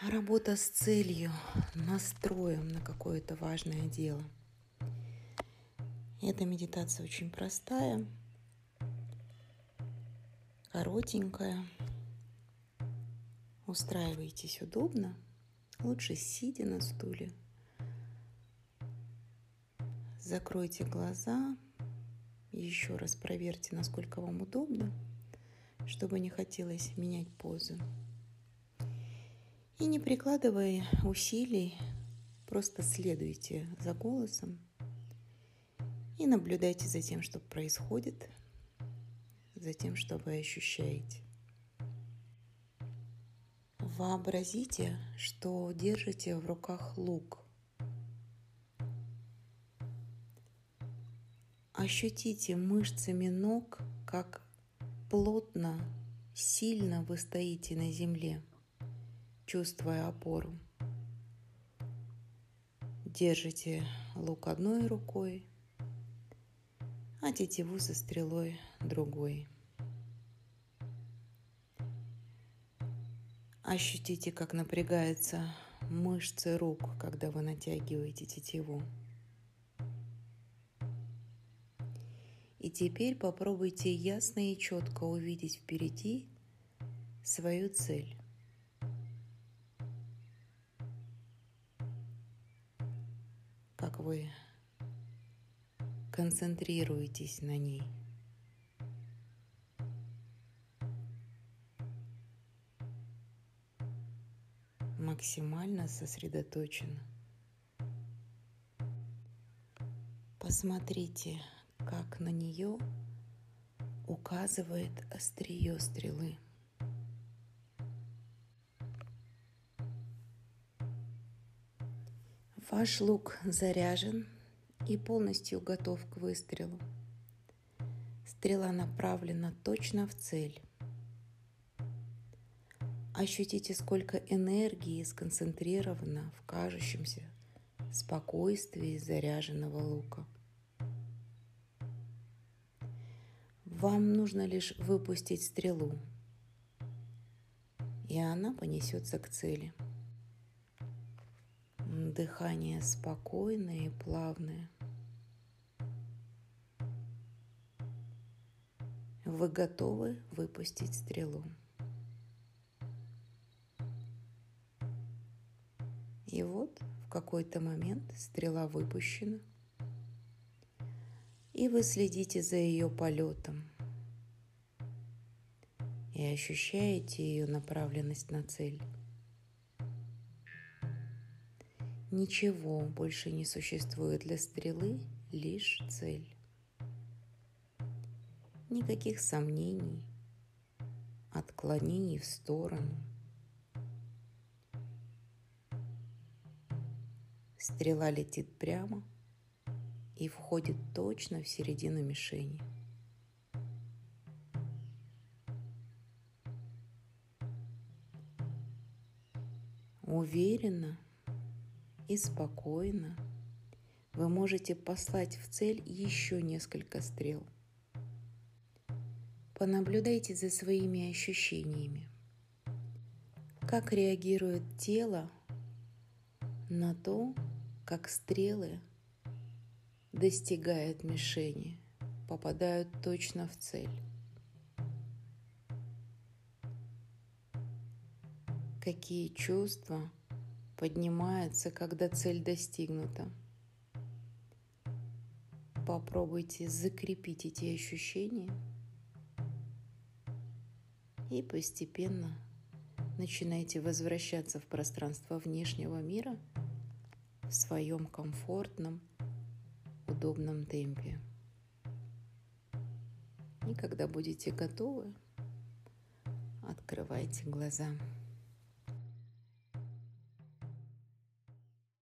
Работа с целью, настроем на какое-то важное дело. Эта медитация очень простая, коротенькая. Устраивайтесь удобно, лучше сидя на стуле. Закройте глаза, еще раз проверьте, насколько вам удобно, чтобы не хотелось менять позу. И не прикладывая усилий, просто следуйте за голосом и наблюдайте за тем, что происходит, за тем, что вы ощущаете. Вообразите, что держите в руках лук. Ощутите мышцами ног, как плотно, сильно вы стоите на земле, чувствуя опору. Держите лук одной рукой, а тетиву со стрелой другой. Ощутите, как напрягаются мышцы рук, когда вы натягиваете тетиву. И теперь попробуйте ясно и четко увидеть впереди свою цель. Как вы концентрируетесь на ней. Максимально сосредоточен. Посмотрите, как на нее указывает острие стрелы. Ваш лук заряжен и полностью готов к выстрелу. Стрела направлена точно в цель. Ощутите, сколько энергии сконцентрировано в кажущемся спокойствии заряженного лука. Вам нужно лишь выпустить стрелу, и она понесется к цели. Дыхание спокойное и плавное. Вы готовы выпустить стрелу. И вот в какой-то момент стрела выпущена, и вы следите за ее полетом и ощущаете ее направленность на цель. Ничего больше не существует для стрелы, лишь цель. Никаких сомнений, отклонений в сторону. Стрела летит прямо и входит точно в середину мишени. Уверенно и спокойно вы можете послать в цель еще несколько стрел. Понаблюдайте за своими ощущениями. Как реагирует тело на то, как стрелы достигают мишени, попадают точно в цель. Какие чувства поднимаются, когда цель достигнута. Попробуйте закрепить эти ощущения и постепенно начинайте возвращаться в пространство внешнего мира в своем комфортном, удобном темпе. И когда будете готовы, открывайте глаза.